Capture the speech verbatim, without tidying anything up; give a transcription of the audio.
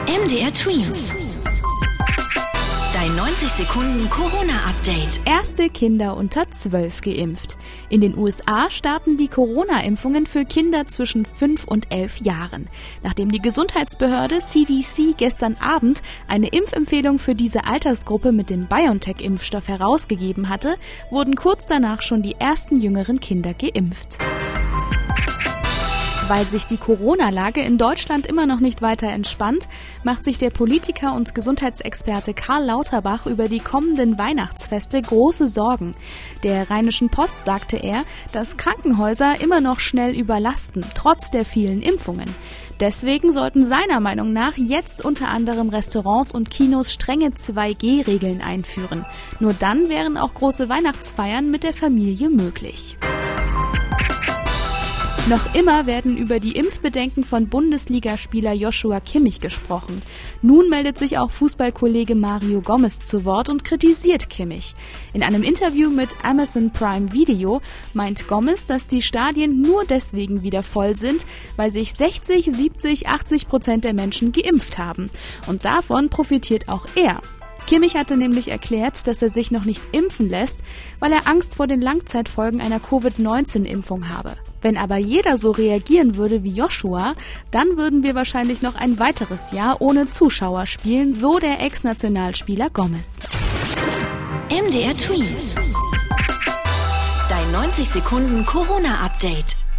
M D R Twins. Dein neunzig Sekunden Corona-Update. Erste Kinder unter zwölf geimpft. In den U S A starten die Corona-Impfungen für Kinder zwischen fünf und elf Jahren. Nachdem die Gesundheitsbehörde C D C gestern Abend eine Impfempfehlung für diese Altersgruppe mit dem BioNTech-Impfstoff herausgegeben hatte, wurden kurz danach schon die ersten jüngeren Kinder geimpft. Weil sich die Corona-Lage in Deutschland immer noch nicht weiter entspannt, macht sich der Politiker und Gesundheitsexperte Karl Lauterbach über die kommenden Weihnachtsfeste große Sorgen. Der Rheinischen Post sagte er, dass Krankenhäuser immer noch schnell überlasten, trotz der vielen Impfungen. Deswegen sollten seiner Meinung nach jetzt unter anderem Restaurants und Kinos strenge zwei G Regeln einführen. Nur dann wären auch große Weihnachtsfeiern mit der Familie möglich. Noch immer werden über die Impfbedenken von Bundesligaspieler Joshua Kimmich gesprochen. Nun meldet sich auch Fußballkollege Mario Gomez zu Wort und kritisiert Kimmich. In einem Interview mit Amazon Prime Video meint Gomez, dass die Stadien nur deswegen wieder voll sind, weil sich sechzig, siebzig, achtzig Prozent der Menschen geimpft haben. Und davon profitiert auch er. Kimmich hatte nämlich erklärt, dass er sich noch nicht impfen lässt, weil er Angst vor den Langzeitfolgen einer Covid neunzehn Impfung habe. Wenn aber jeder so reagieren würde wie Joshua, dann würden wir wahrscheinlich noch ein weiteres Jahr ohne Zuschauer spielen, so der Ex-Nationalspieler Gomez. M D R Twins. Dein neunzig Sekunden Corona-Update.